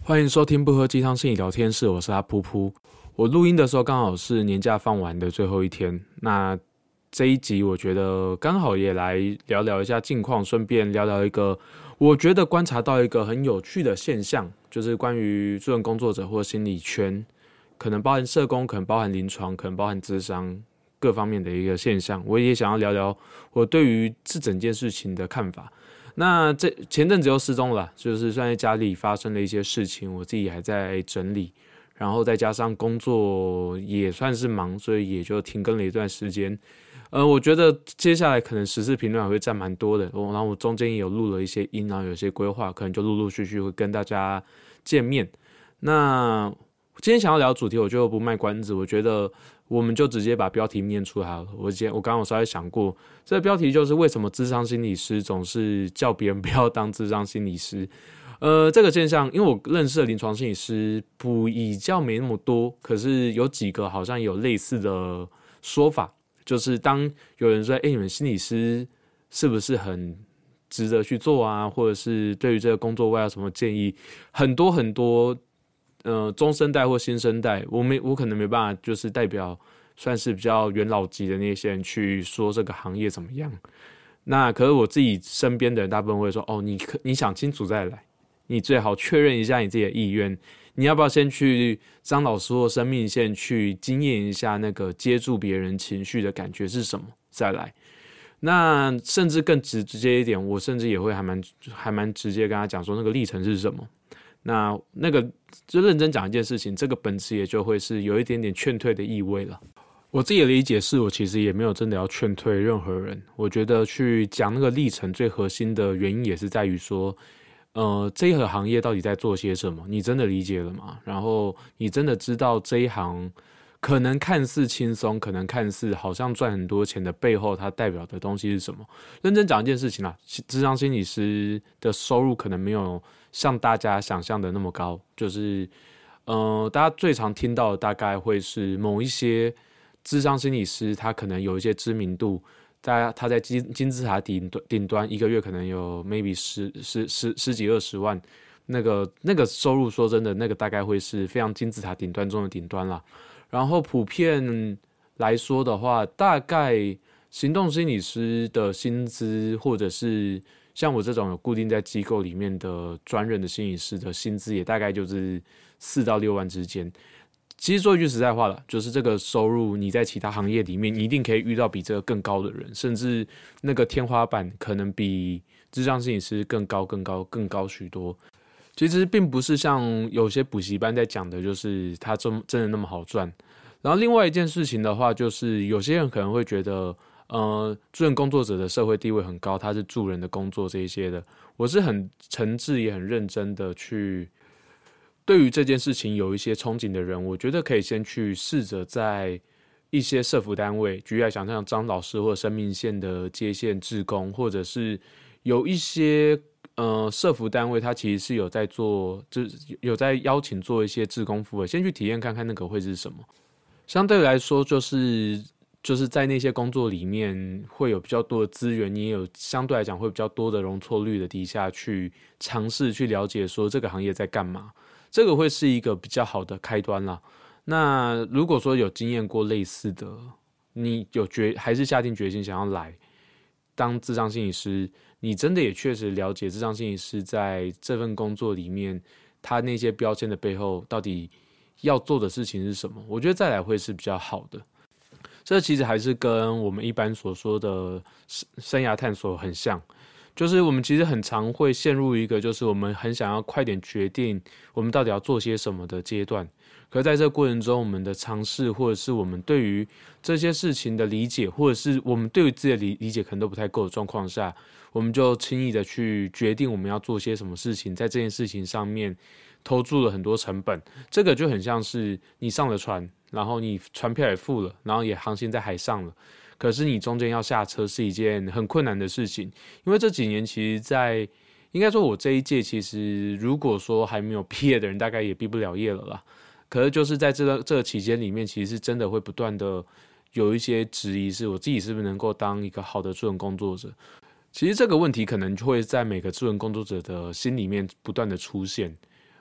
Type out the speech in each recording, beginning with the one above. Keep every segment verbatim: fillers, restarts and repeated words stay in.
欢迎收听不喝鸡汤心理聊天室，我是阿噗噗。我录音的时候刚好是年假放完的最后一天，那这一集我觉得刚好也来聊聊一下近况，顺便聊聊一个我觉得观察到一个很有趣的现象，就是关于助人工作者或心理圈，可能包含社工，可能包含临床，可能包含諮商各方面的一个现象。我也想要聊聊我对于这整件事情的看法。那这前阵子又失踪了啦，就是算在家里发生了一些事情，我自己还在整理，然后再加上工作也算是忙，所以也就停更了一段时间。呃，我觉得接下来可能时事评论还会占蛮多的，然后我中间也有录了一些音，然后有些规划，可能就陆陆续续会跟大家见面。那今天想要聊的主题，我就不卖关子，我觉得我们就直接把标题念出来好了。我今天我刚刚有稍微想过，这个标题就是为什么諮商心理师总是叫别人不要当諮商心理师。呃，这个现象，因为我认识的临床心理师比较没那么多，可是有几个好像有类似的说法，就是当有人说，哎、欸，你们心理师是不是很值得去做啊？或者是对于这个工作外有什么建议？很多很多。呃，中生代或新生代，我没我可能没办法，就是代表算是比较元老级的那些人去说这个行业怎么样。那可是我自己身边的人，大部分会说，哦，你可你想清楚再来，你最好确认一下你自己的意愿，你要不要先去张老师或生命线去经验一下那个接住别人情绪的感觉是什么，再来。那甚至更直直接一点，我甚至也会还蛮还蛮直接跟他讲说，那个历程是什么。那那个就认真讲一件事情，这个本质也就会是有一点点劝退的意味了。我自己的理解是，我其实也没有真的要劝退任何人。我觉得去讲那个历程最核心的原因也是在于说，呃，这一个行业到底在做些什么？你真的理解了吗？然后你真的知道这一行可能看似轻松，可能看似好像赚很多钱的背后，它代表的东西是什么？认真讲一件事情啦，諮商心理师的收入可能没有像大家想象的那么高，就是呃，大家最常听到的大概会是某一些諮商心理师，他可能有一些知名度，大家他在金金字塔顶顶端，一个月可能有 maybe 十十十十几二十万，那个那个收入，说真的，那个大概会是非常金字塔顶端中的顶端啦。然后普遍来说的话，大概行动心理师的薪资，或者是像我这种有固定在机构里面的专任的心理师的薪资，也大概就是四到六万之间。其实说一句实在话了，就是这个收入，你在其他行业里面，你一定可以遇到比这个更高的人，甚至那个天花板可能比諮商心理师更高、更高、更高许多。其实并不是像有些补习班在讲的，就是它真真的那么好赚。然后另外一件事情的话，就是有些人可能会觉得，呃，助人工作者的社会地位很高，他是助人的工作这一些的。我是很诚挚也很认真的去对于这件事情有一些憧憬的人，我觉得可以先去试着在一些社福单位，举例来讲，像张老师或生命线的接线志工，或者是有一些呃社福单位，它其实是有在做，就是有在邀请做一些志工服务，先去体验看看那个会是什么。相对来说，就是就是在那些工作里面会有比较多的资源，你也有相对来讲会比较多的容错率的底下去尝试去了解说这个行业在干嘛，这个会是一个比较好的开端啦。那如果说有经验过类似的，你有决还是下定决心想要来当諮商心理师，你真的也确实了解諮商心理师在这份工作里面，他那些标签的背后到底要做的事情是什么？我觉得再来会是比较好的。这其实还是跟我们一般所说的生涯探索很像，就是我们其实很常会陷入一个，就是我们很想要快点决定我们到底要做些什么的阶段。可是在这个过程中，我们的尝试，或者是我们对于这些事情的理解，或者是我们对于自己的理理解可能都不太够的状况下，我们就轻易的去决定我们要做些什么事情，在这件事情上面投注了很多成本。这个就很像是你上了船，然后你船票也付了，然后也航行在海上了，可是你中间要下车是一件很困难的事情。因为这几年其实在应该说我这一届其实如果说还没有毕业的人大概也毕不了业了啦，可是就是在这个这个期间里面，其实是真的会不断的有一些质疑，是我自己是不是能够当一个好的助人工作者。其实这个问题可能会在每个助人工作者的心里面不断的出现。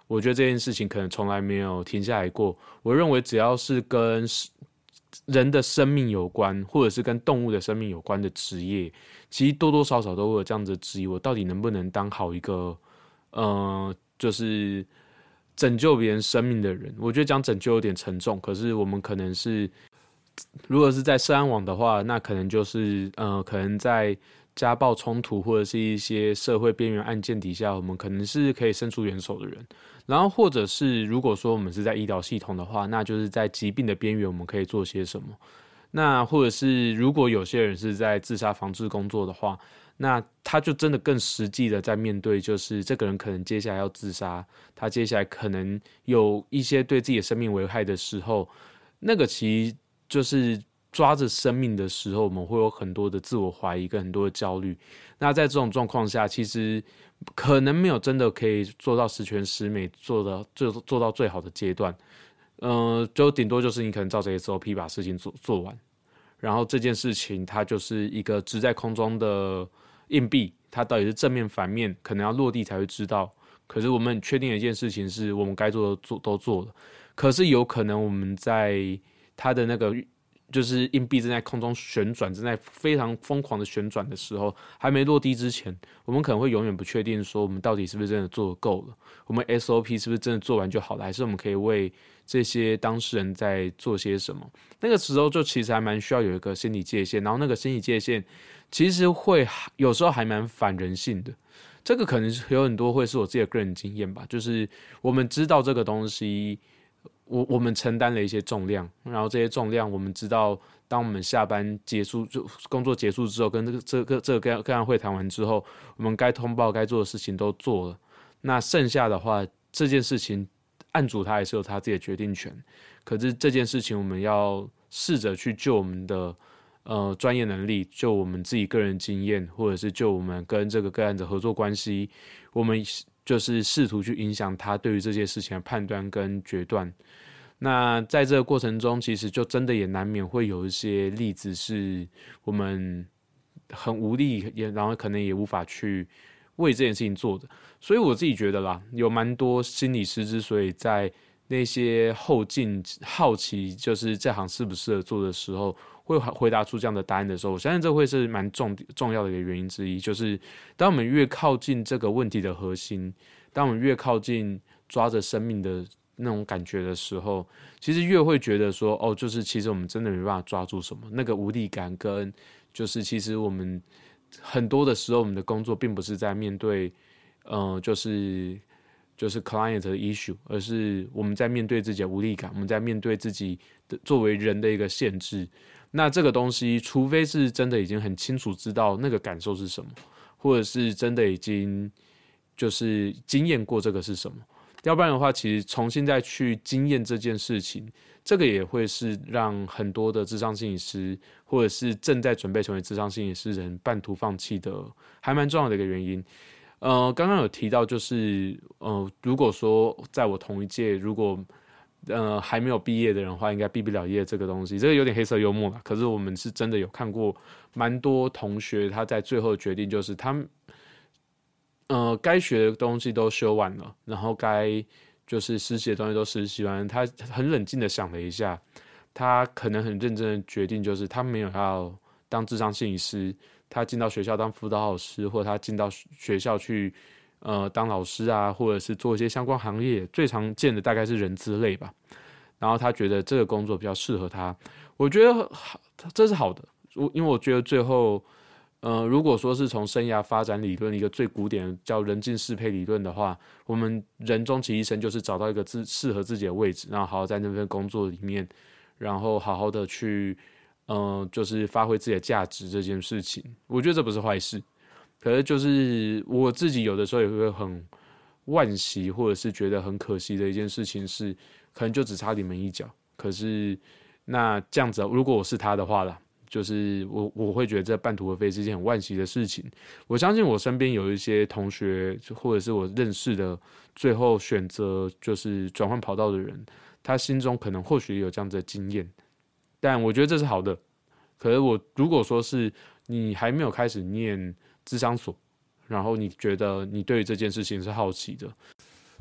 我觉得这件事情可能从来没有停下来过。我认为只要是跟人的生命有关，或者是跟动物的生命有关的职业，其实多多少少都会有这样子的质疑：我到底能不能当好一个，呃，就是拯救别人生命的人？我觉得讲拯救有点沉重，可是我们可能是，如果是在社安网的话，那可能就是呃，可能在家暴冲突或者是一些社会边缘案件底下，我们可能是可以伸出援手的人。然后或者是如果说我们是在医疗系统的话，那就是在疾病的边缘我们可以做些什么。那或者是如果有些人是在自杀防治工作的话，那他就真的更实际的在面对，就是这个人可能接下来要自杀，他接下来可能有一些对自己的生命危害的时候，那个其实就是抓着生命的时候，我们会有很多的自我怀疑跟很多的焦虑。那在这种状况下，其实可能没有真的可以做到十全十美，做到做做到最好的阶段。呃，就顶多就是你可能照着 S O P 把事情做做完，然后这件事情它就是一个直在空中的硬币，它到底是正面反面，可能要落地才会知道。可是我们很确定的一件事情是我们该做的做都做了，可是有可能我们在它的那个就是硬币正在空中旋转，正在非常疯狂的旋转的时候，还没落地之前，我们可能会永远不确定说我们到底是不是真的做得够了，我们 S O P 是不是真的做完就好了，还是我们可以为这些当事人在做些什么。那个时候就其实还蛮需要有一个心理界限，然后那个心理界限其实会有时候还蛮反人性的。这个可能有很多会是我自己的个人经验吧，就是我们知道这个东西，我我们承担了一些重量，然后这些重量我们知道，当我们下班结束就工作结束之后，跟这个这个这个个案会谈完之后，我们该通报该做的事情都做了，那剩下的话，这件事情案主他还是有他自己的决定权，可是这件事情我们要试着去就我们的呃专业能力，就我们自己个人经验，或者是就我们跟这个个案的合作关系，我们就是试图去影响他对于这件事情的判断跟决断。那在这个过程中，其实就真的也难免会有一些例子是我们很无力，也然后可能也无法去为这件事情做的。所以我自己觉得啦，有蛮多心理师之所以在那些后进好奇，就是这行适不适合做的时候，会回答出这样的答案的时候，我相信这会是蛮重重要的一个原因之一。就是当我们越靠近这个问题的核心，当我们越靠近抓着生命的那种感觉的时候，其实越会觉得说，哦，就是其实我们真的没办法抓住什么，那个无力感跟就是其实我们很多的时候，我们的工作并不是在面对，呃，就是就是 client 的 issue， 而是我们在面对自己的无力感，我们在面对自己的作为人的一个限制。那这个东西，除非是真的已经很清楚知道那个感受是什么，或者是真的已经就是经验过这个是什么。要不然的话，其实重新再去经验这件事情，这个也会是让很多的諮商心理师，或者是正在准备成为諮商心理师人半途放弃的，还蛮重要的一个原因。呃，刚刚有提到，就是呃，如果说在我同一届，如果呃还没有毕业的人的话，应该毕不了业这个东西，这个有点黑色幽默啦。可是我们是真的有看过蛮多同学，他在最后决定就是他们。呃，该学的东西都修完了，然后该就是实习的东西都实习完，他很冷静的想了一下，他可能很认真的决定，就是他没有要当諮商心理师，他进到学校当辅导老师，或者他进到学校去呃当老师啊，或者是做一些相关行业，最常见的大概是人资类吧。然后他觉得这个工作比较适合他，我觉得这是好的，因为我觉得最后。呃，如果说是从生涯发展理论一个最古典的叫人境适配理论的话，我们人终其一生就是找到一个自适合自己的位置，然后好好在那份工作里面，然后好好的去，呃，就是发挥自己的价值这件事情，我觉得这不是坏事。可是就是我自己有的时候也会很惋惜，或者是觉得很可惜的一件事情是，可能就只差临门一脚。可是那这样子，如果我是他的话啦。就是我我会觉得这半途而废是一件很惋惜的事情。我相信我身边有一些同学或者是我认识的，最后选择就是转换跑道的人，他心中可能或许有这样子的经验，但我觉得这是好的。可是我如果说是你还没有开始念諮商所，然后你觉得你对于这件事情是好奇的，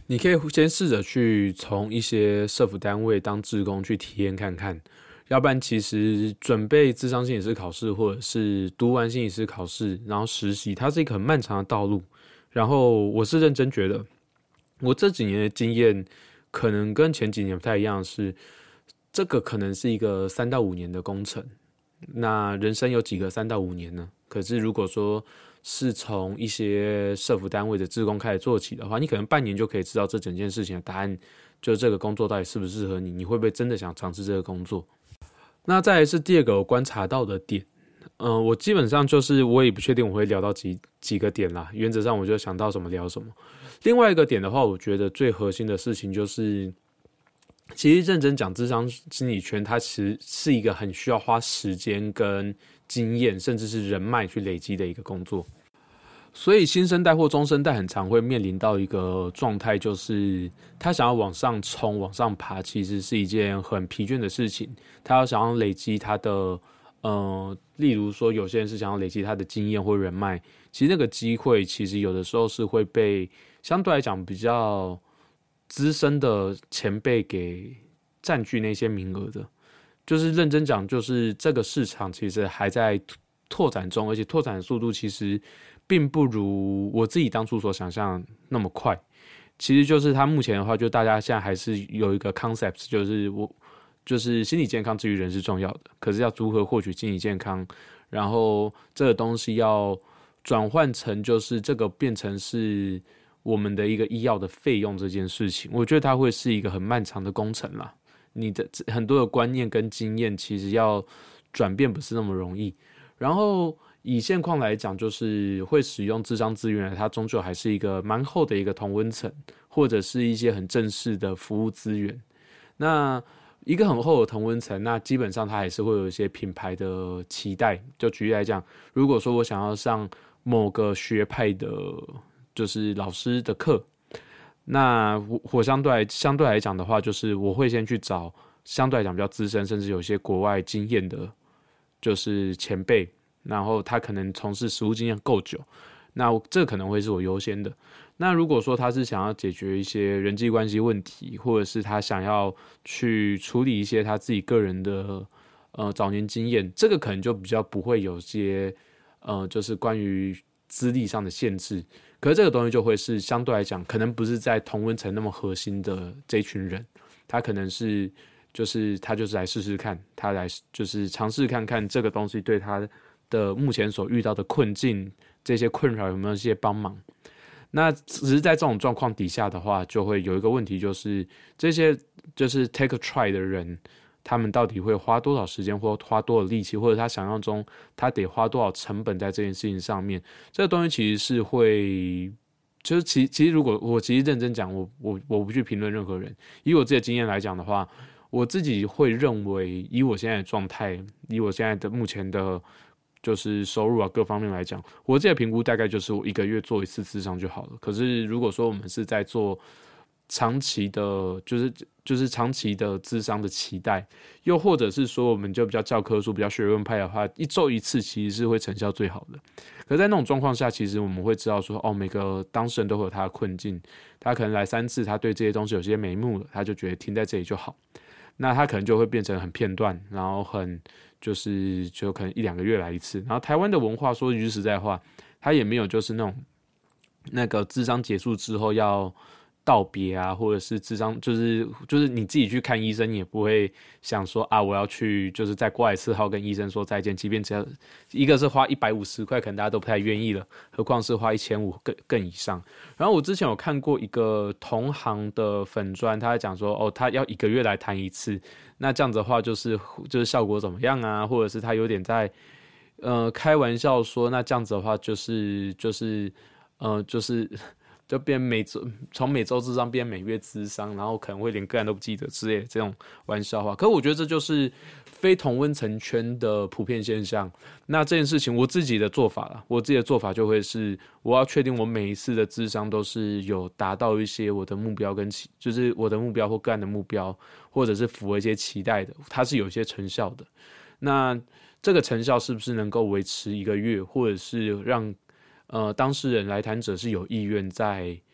你可以先试着去从一些社福单位当志工去体验看看，要不然其实准备諮商心理师考试，或者是读完心理师考试，然后实习，它是一个很漫长的道路。然后我是认真觉得，我这几年的经验可能跟前几年不太一样，是这个可能是一个三到五年的工程。那人生有几个三到五年呢？可是如果说是从一些社福单位的志工开始做起的话，你可能半年就可以知道这整件事情的答案，就这个工作到底适不适合你，你会不会真的想尝试这个工作。那再来是第二个我观察到的点，嗯、呃，我基本上就是我也不确定我会聊到几几个点啦，原则上我就想到什么聊什么。另外一个点的话，我觉得最核心的事情就是，其实认真讲，諮商心理圈它其实是一个很需要花时间跟经验，甚至是人脉去累积的一个工作。所以新生代或中生代很常会面临到一个状态，就是他想要往上冲、往上爬，其实是一件很疲倦的事情。他要想要累积他的，呃，例如说有些人是想要累积他的经验或人脉，其实那个机会其实有的时候是会被相对来讲比较资深的前辈给占据那些名额的。就是认真讲，就是这个市场其实还在拓展中，而且拓展的速度其实并不如我自己当初所想象那么快。其实就是它目前的话，就大家现在还是有一个 concept， 就是我就是心理健康之于人是重要的，可是要如何获取心理健康，然后这个东西要转换成就是这个变成是我们的一个医药的费用这件事情，我觉得它会是一个很漫长的工程啦。你的很多的观念跟经验，其实要转变不是那么容易。然后以现况来讲，就是会使用諮商资源，它终究还是一个蛮厚的一个同温层，或者是一些很正式的服务资源。那一个很厚的同温层，那基本上它还是会有一些品牌的期待。就举例来讲，如果说我想要上某个学派的，就是老师的课。那我相对来相对来讲的话，就是我会先去找相对来讲比较资深，甚至有些国外经验的，就是前辈，然后他可能从事实务经验够久，那这可能会是我优先的。那如果说他是想要解决一些人际关系问题，或者是他想要去处理一些他自己个人的呃早年经验，这个可能就比较不会有些呃就是关于资历上的限制。可是这个东西就会是相对来讲，可能不是在同温层那么核心的这一群人，他可能是就是他就是来试试看，他来就是尝试看看这个东西对他的目前所遇到的困境，这些困扰有没有一些帮忙。那只是在这种状况底下的话，就会有一个问题，就是这些就是 take a try 的人，他们到底会花多少时间，或花多少力气，或者他想象中他得花多少成本在这件事情上面？这个东西其实是会，就是其其实如果我其实认真讲，我我我不去评论任何人，以我自己的经验来讲的话，我自己会认为，以我现在的状态，以我现在的目前的，就是收入啊各方面来讲，我自己的评估大概就是我一个月做一次諮商就好了。可是如果说我们是在做长期的，就是就是长期的諮商的期待，又或者是说我们就比较教科书、比较学院派的话，一周一次其实是会成效最好的。可是在那种状况下，其实我们会知道说，哦，每个当事人都会有他的困境，他可能来三次，他对这些东西有些眉目了，他就觉得停在这里就好。那他可能就会变成很片段，然后很就是就可能一两个月来一次。然后台湾的文化说句实在话，他也没有就是那种那个諮商结束之后要道别啊，或者是諮商就是就是你自己去看医生，你也不会想说啊我要去就是再挂一次号跟医生说再见，即便只要一个是花一百五十块，可能大家都不太愿意了，何况是花一千五更更以上。然后我之前有看过一个同行的粉专，他在讲说哦，他要一个月来谈一次，那这样子的话就是就是效果怎么样啊，或者是他有点在呃开玩笑说，那这样子的话就是就是呃就是就变每周从每周諮商变每月諮商，然后可能会连个案都不记得之类的这种玩笑话。可是我觉得这就是非同温层圈的普遍现象。那这件事情我自己的做法啦，我自己的做法就会是，我要确定我每一次的諮商都是有达到一些我的目标跟期，就是我的目标或个案的目标，或者是符合一些期待的，它是有一些成效的。那这个成效是不是能够维持一个月，或者是让呃当事人来谈者是有意愿在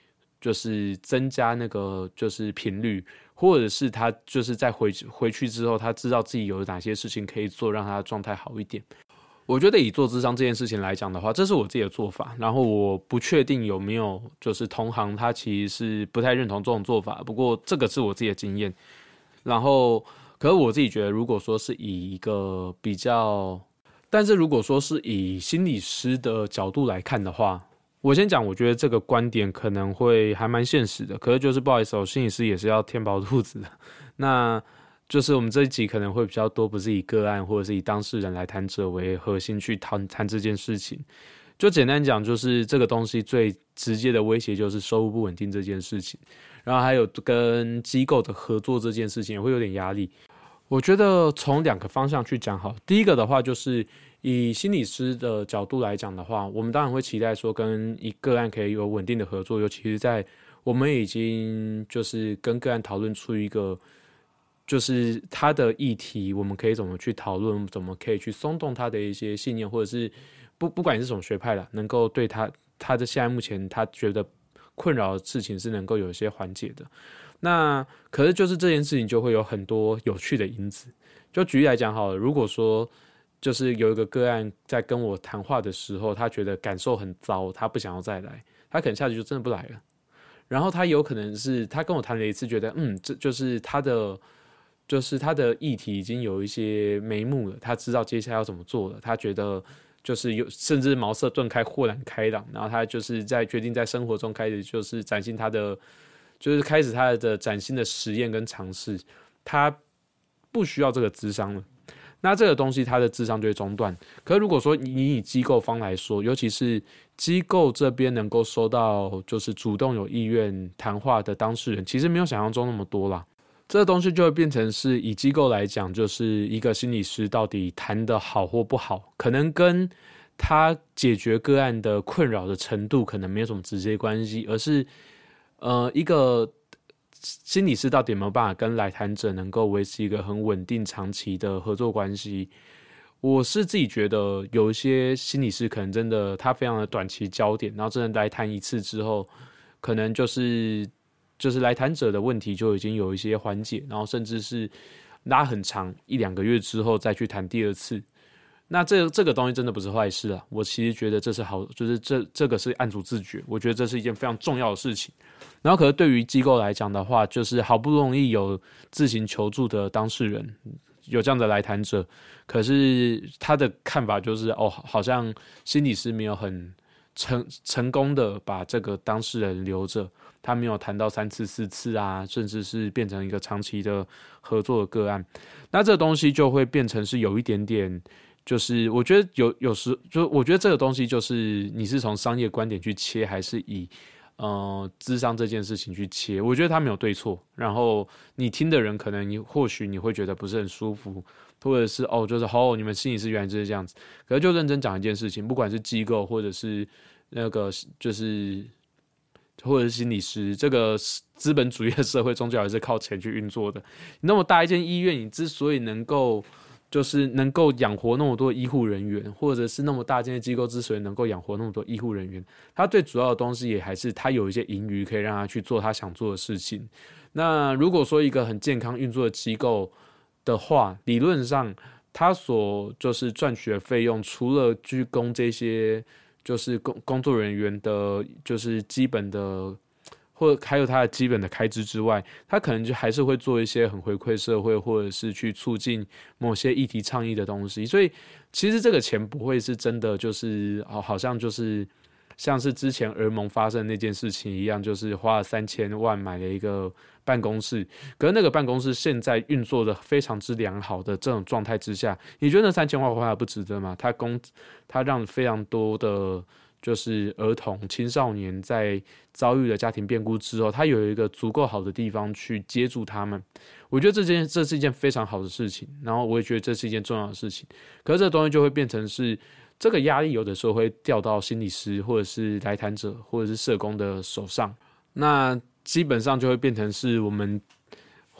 就是增加那个就是频率，或者是他就是在回回去之后，他知道自己有哪些事情可以做，让他的状态好一点。我觉得以做諮商这件事情来讲的话，这是我自己的做法，然后我不确定有没有就是同行他其实是不太认同这种做法，不过这个是我自己的经验。然后可是我自己觉得，如果说是以一个比较，但是如果说是以心理师的角度来看的话，我先讲，我觉得这个观点可能会还蛮现实的，可是就是不好意思，我心理师也是要填饱肚子的。那就是我们这一集可能会比较多，不是以个案或者是以当事人来谈者为核心去谈谈这件事情。就简单讲，就是这个东西最直接的威胁就是收入不稳定这件事情，然后还有跟机构的合作这件事情也会有点压力。我觉得从两个方向去讲好，第一个的话就是以心理师的角度来讲的话，我们当然会期待说跟一个案可以有稳定的合作，尤其是在我们已经就是跟个案讨论出一个就是他的议题，我们可以怎么去讨论，怎么可以去松动他的一些信念，或者是不不管你是什么学派啦，能够对他他的现在目前他觉得困扰的事情是能够有一些缓解的。那可是就是这件事情就会有很多有趣的因子。就举例来讲好了，如果说就是有一个个案在跟我谈话的时候，他觉得感受很糟，他不想要再来，他可能下去就真的不来了。然后他有可能是他跟我谈了一次，觉得嗯，这就是他的。就是他的议题已经有一些眉目了，他知道接下来要怎么做了，他觉得就是有甚至茅塞顿开，豁然开朗，然后他就是在决定在生活中开始就是展现他的，就是开始他的崭新的实验跟尝试，他不需要这个諮商了，那这个东西他的諮商就会中断。可是如果说你以机构方来说，尤其是机构这边能够收到就是主动有意愿谈话的当事人，其实没有想象中那么多啦。这个东西就会变成是以机构来讲，就是一个心理师到底谈得好或不好，可能跟他解决个案的困扰的程度可能没有什么直接关系，而是呃一个心理师到底有没有办法跟来谈者能够维持一个很稳定长期的合作关系。我是自己觉得有一些心理师可能真的他非常的短期焦点，然后真的来谈一次之后，可能就是就是来谈者的问题就已经有一些缓解，然后甚至是拉很长一两个月之后再去谈第二次。那这这个东西真的不是坏事啊，我其实觉得这是好，就是这这个是案主自觉，我觉得这是一件非常重要的事情。然后可是对于机构来讲的话，就是好不容易有自行求助的当事人，有这样的来谈者，可是他的看法就是哦，好像心理师没有很成成功的把这个当事人留着，他没有谈到三次四次啊，甚至是变成一个长期的合作的个案。那这个东西就会变成是有一点点，就是我觉得有有时就我觉得这个东西就是你是从商业观点去切，还是以呃諮商这件事情去切，我觉得他没有对错。然后你听的人可能你或许你会觉得不是很舒服，或者是哦就是哦你们心理师原来就是这样子。可是就认真讲一件事情，不管是机构或者是那个就是或者是心理师，这个资本主义的社会终究还是靠钱去运作的。那么大一间医院，你之所以能够就是能够养活那么多医护人员，或者是那么大间的机构之所以能够养活那么多医护人员，它最主要的东西也还是它有一些盈余可以让他去做他想做的事情。那如果说一个很健康运作的机构的话，理论上他所就是赚取的费用，除了去供这些就是工工作人员的，就是基本的，或还有他的基本的开支之外，他可能就还是会做一些很回馈社会，或者是去促进某些议题倡议的东西。所以其实这个钱不会是真的，就是哦，好像就是像是之前儿盟发生那件事情一样，就是花了三千万买了一个办公室，可是那个办公室现在运作的非常之良好的这种状态之下，你觉得那三千万花的不值得吗？他供他让非常多的就是儿童青少年在遭遇了家庭变故之后，他有一个足够好的地方去接住他们。我觉得这件这是一件非常好的事情，然后我也觉得这是一件重要的事情。可是这个东西就会变成是这个压力有的时候会掉到心理师或者是来谈者或者是社工的手上，那基本上就会变成是我们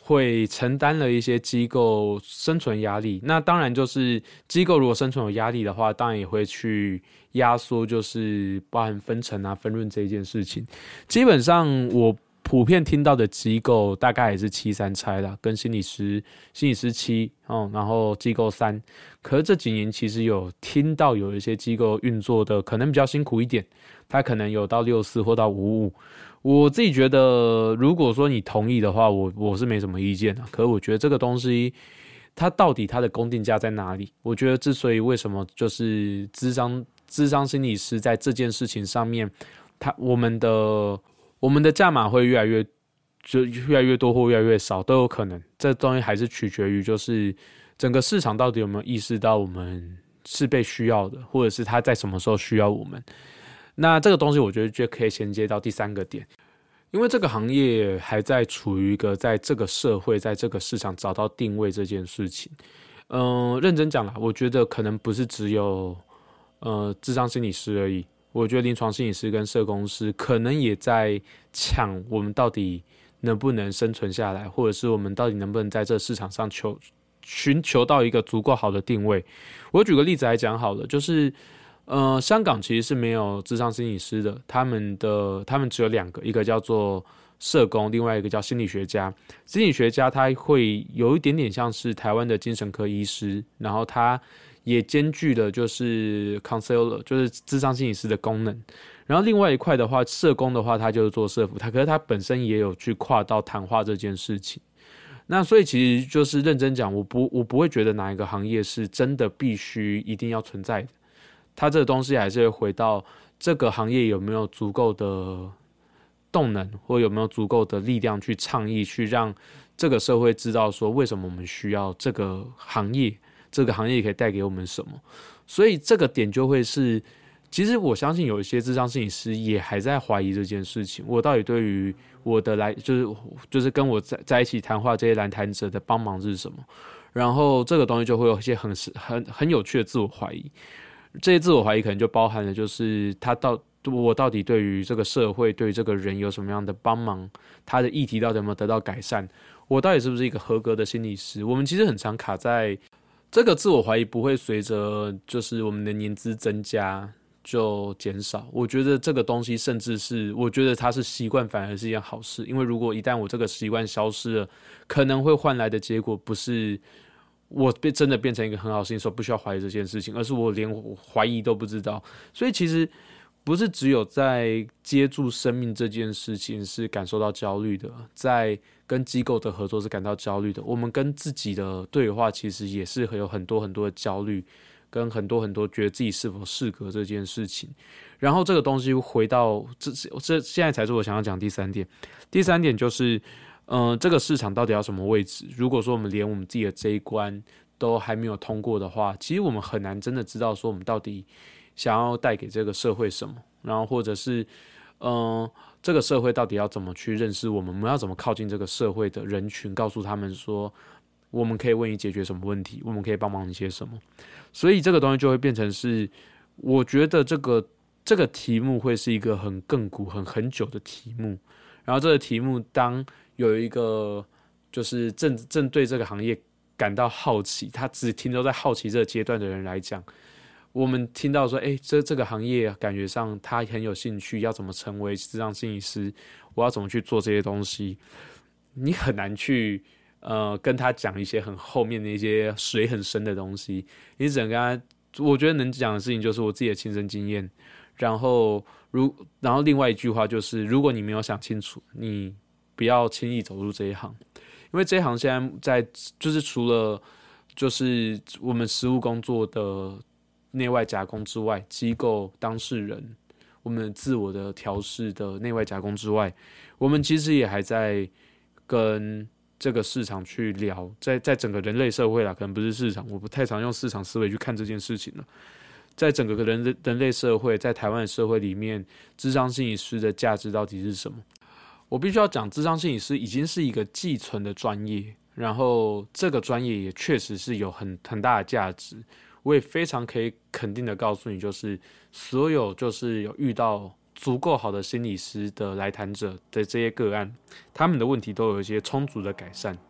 会承担了一些机构生存压力。那当然就是机构如果生存有压力的话，当然也会去压缩，就是包含分成啊、分润这一件事情。基本上我普遍听到的机构大概也是七三拆啦，跟心理师、心理师七哦，然后机构三。可是这几年其实有听到有一些机构运作的可能比较辛苦一点，它可能有到六四或到五五。我自己觉得，如果说你同意的话，我我是没什么意见的。可是我觉得这个东西，它到底它的公定价在哪里？我觉得之所以为什么就是諮商諮商心理师在这件事情上面，他我们的我们的价码会越来越就越来越多或越来越少都有可能。这东西还是取决于就是整个市场到底有没有意识到我们是被需要的，或者是他在什么时候需要我们。那这个东西我觉得就可以衔接到第三个点，因为这个行业还在处于一个在这个社会在这个市场找到定位这件事情。嗯、呃，认真讲啦，我觉得可能不是只有呃諮商心理师而已，我觉得临床心理师跟社工师可能也在抢我们到底能不能生存下来，或者是我们到底能不能在这市场上求寻求到一个足够好的定位。我举个例子来讲好了，就是呃，香港其实是没有諮商心理师的，他们的他们只有两个，一个叫做社工，另外一个叫心理学家。心理学家他会有一点点像是台湾的精神科医师，然后他也兼具了就是 counselor， 就是諮商心理师的功能。然后另外一块的话，社工的话，他就是做社福，他可是他本身也有去跨到谈话这件事情。那所以其实就是认真讲，我不我不会觉得哪一个行业是真的必须一定要存在的。它这个东西还是会回到这个行业有没有足够的动能，或有没有足够的力量去倡议，去让这个社会知道说为什么我们需要这个行业，这个行业可以带给我们什么。所以这个点就会是，其实我相信有一些諮商心理师也还在怀疑这件事情，我到底对于我的来就是就是跟我在在一起谈话这些来谈者的帮忙是什么，然后这个东西就会有一些很很很有趣的自我怀疑。这些自我怀疑可能就包含了，就是他到我到底对于这个社会、对于这个人有什么样的帮忙，他的议题到底有没有得到改善，我到底是不是一个合格的心理师？我们其实很常卡在这个自我怀疑，不会随着就是我们的年资增加就减少。我觉得这个东西甚至是，我觉得它是习惯，反而是一件好事。因为如果一旦我这个习惯消失了，可能会换来的结果不是我真的变成一个很好的新手，不需要怀疑这件事情，而是我连怀疑都不知道。所以其实不是只有在接住生命这件事情是感受到焦虑的，在跟机构的合作是感到焦虑的，我们跟自己的对话其实也是有很多很多的焦虑，跟很多很多觉得自己是否适合这件事情。然后这个东西回到这这现在才是我想要讲第三点。第三点就是呃，这个市场到底要什么位置？如果说我们连我们自己的这一关都还没有通过的话，其实我们很难真的知道说我们到底想要带给这个社会什么，然后或者是呃，这个社会到底要怎么去认识我们，我们要怎么靠近这个社会的人群，告诉他们说我们可以为你解决什么问题，我们可以帮忙你些什么。所以这个东西就会变成是，我觉得这个这个题目会是一个很亘古、很很久的题目。然后这个题目当有一个就是正正对这个行业感到好奇，他只停留在好奇这个阶段的人来讲，我们听到说，哎，这这个行业感觉上他很有兴趣，要怎么成为諮商心理师，我要怎么去做这些东西，你很难去呃跟他讲一些很后面的一些水很深的东西，你只能跟他，我觉得能讲的事情就是我自己的亲身经验，然后如然后另外一句话就是，如果你没有想清楚，你不要轻易走入这一行，因为这一行现在在就是除了就是我们实务工作的内外夹攻之外，机构当事人我们自我的调试的内外夹攻之外，我们其实也还在跟这个市场去聊，在在整个人类社会啦，可能不是市场，我不太常用市场思维去看这件事情了。在整个人人类社会，在台湾的社会里面，諮商心理师的价值到底是什么？我必须要讲，諮商心理师已经是一个既存的专业，然后这个专业也确实是有很很大的价值。我也非常可以肯定的告诉你，就是所有就是有遇到足够好的心理师的来谈者的这些个案，他们的问题都有一些充足的改善。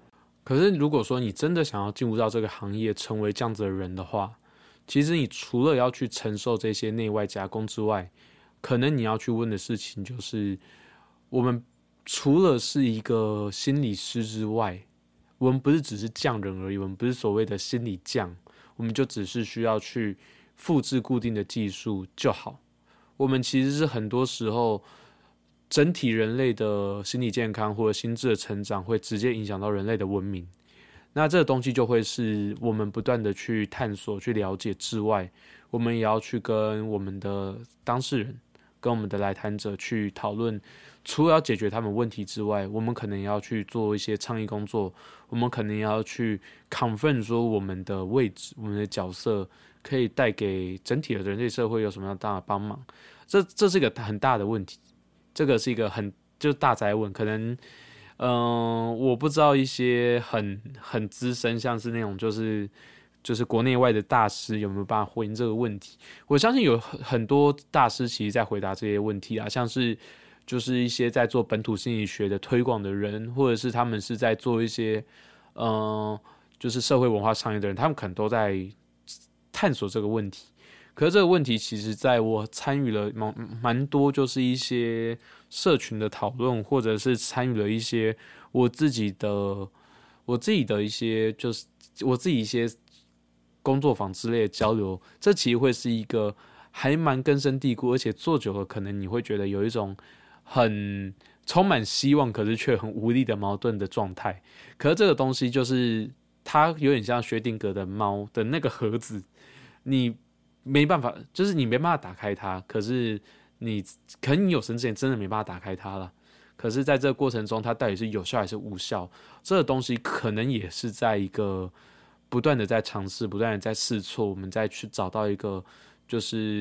可是如果说你真的想要进入到这个行业，成为这样子的人的话，其实你除了要去承受这些内外夹攻之外，可能你要去问的事情就是，我们除了是一个心理师之外，我们不是只是匠人而已，我们不是所谓的心理匠，我们就只是需要去复制固定的技术就好。我们其实是很多时候，整体人类的心理健康或者心智的成长会直接影响到人类的文明。那这个东西就会是我们不断的去探索、去了解之外，我们也要去跟我们的当事人、跟我们的来谈者去讨论。除了要解决他们问题之外，我们可能也要去做一些倡议工作，我们可能也要去 confirm 说我们的位置、我们的角色可以带给整体的人类社会有什么样大的帮忙。这这是一个很大的问题，这个是一个很就是大哉问，可能。嗯、呃，我不知道一些很很资深，像是那种就是就是国内外的大师有没有办法回应这个问题？我相信有很多大师其实在回答这些问题啊，像是就是一些在做本土心理学的推广的人，或者是他们是在做一些嗯、呃，就是社会文化倡议的人，他们可能都在探索这个问题。可是这个问题，其实在我参与了蛮蛮多，就是一些社群的讨论，或者是参与了一些我自己的、我自己的一些，就是我自己一些工作坊之类的交流。这其实会是一个还蛮根深蒂固，而且做久了，可能你会觉得有一种很充满希望，可是却很无力的矛盾的状态。可是这个东西就是它有点像薛定谔的猫的那个盒子，你。没办法，就是你没办法打开它，可是你可能你有生之年真的没办法打开它了。可是在这个过程中，它到底是有效还是无效，这个东西可能也是在一个不断的在尝试，不断的在试错，我们再去找到一个就是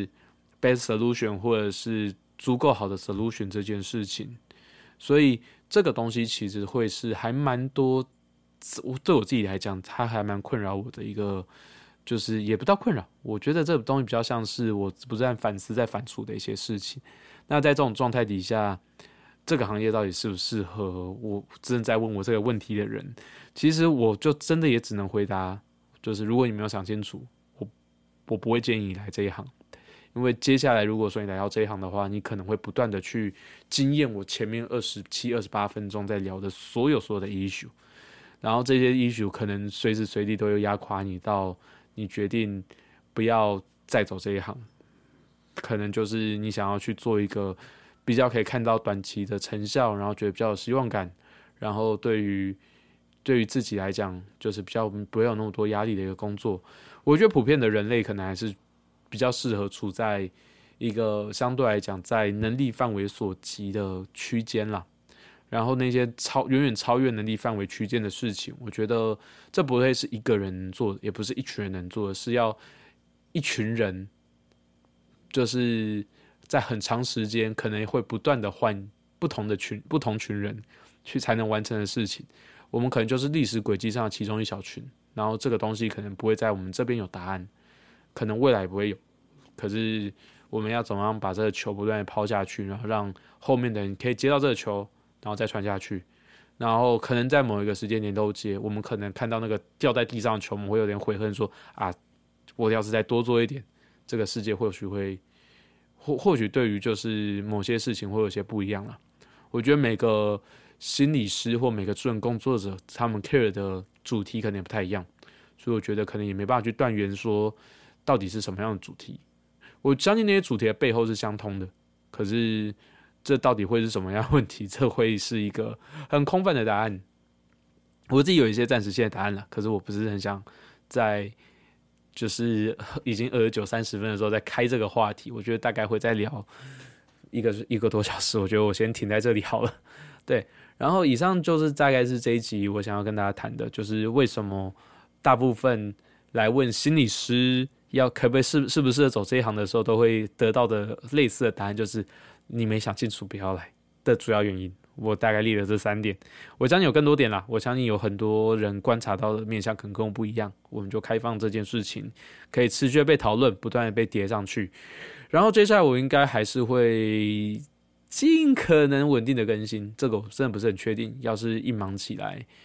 best solution 或者是足够好的 solution 这件事情。所以这个东西其实会是还蛮多，对我自己来讲，它还蛮困扰我的一个。就是也不到困扰，我觉得这个东西比较像是我不断反思、在反刍的一些事情。那在这种状态底下，这个行业到底适不适合我正在问我这个问题的人？其实我就真的也只能回答，就是如果你没有想清楚，我我不会建议你来这一行，因为接下来如果说你来到这一行的话，你可能会不断的去经验我前面二十七、二十八分钟在聊的所有所有的 issue， 然后这些 issue 可能随时随地都有压垮你到。你决定不要再走这一行，可能就是你想要去做一个比较可以看到短期的成效，然后觉得比较有希望感，然后对于对于自己来讲，就是比较不会有那么多压力的一个工作。我觉得普遍的人类可能还是比较适合处在一个相对来讲在能力范围所及的区间啦。然后那些超远远超越能力范围区间的事情，我觉得这不会是一个人能做的，也不是一群人能做的，是要一群人，就是在很长时间可能会不断的换不同的群、不同群人去才能完成的事情。我们可能就是历史轨迹上的其中一小群，然后这个东西可能不会在我们这边有答案，可能未来也不会有，可是我们要怎么样把这个球不断的抛下去，然后让后面的人可以接到这个球。然后再传下去，然后可能在某一个时间点都接，我们可能看到那个掉在地上的球，我们会有点悔恨说啊，我要是再多做一点，这个世界或许会或或许对于就是某些事情会有些不一样了。我觉得每个心理师或每个助人工作者，他们 care 的主题可能也不太一样，所以我觉得可能也没办法去断言说到底是什么样的主题。我相信那些主题的背后是相通的，可是。这到底会是什么样的问题？这会是一个很空泛的答案。我自己有一些暂时性的答案了，可是我不是很想在就是已经二十九、三十分的时候再开这个话题。我觉得大概会再聊一个一个多小时。我觉得我先停在这里好了。对，然后以上就是大概是这一集我想要跟大家谈的，就是为什么大部分来问心理师要可不可以适适不适合走这一行的时候，都会得到的类似的答案，就是。你没想清楚不要来的主要原因，我大概列了这三点。我相信有更多点啦，我相信有很多人观察到的面向可能跟我不一样，我们就开放这件事情可以持续的被讨论，不断的被叠上去。然后接下来我应该还是会尽可能稳定的更新，这个我真的不是很确定。要是一忙起来，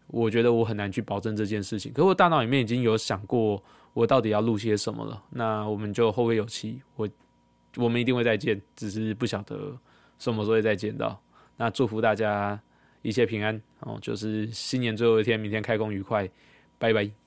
我觉得我很难去保证这件事情。可是我大脑里面已经有想过我到底要录些什么了。那我们就后会有期，我我们一定会再见，只是不晓得什么时候会再见到。那祝福大家一切平安哦，就是新年最后一天，明天开工愉快，拜拜。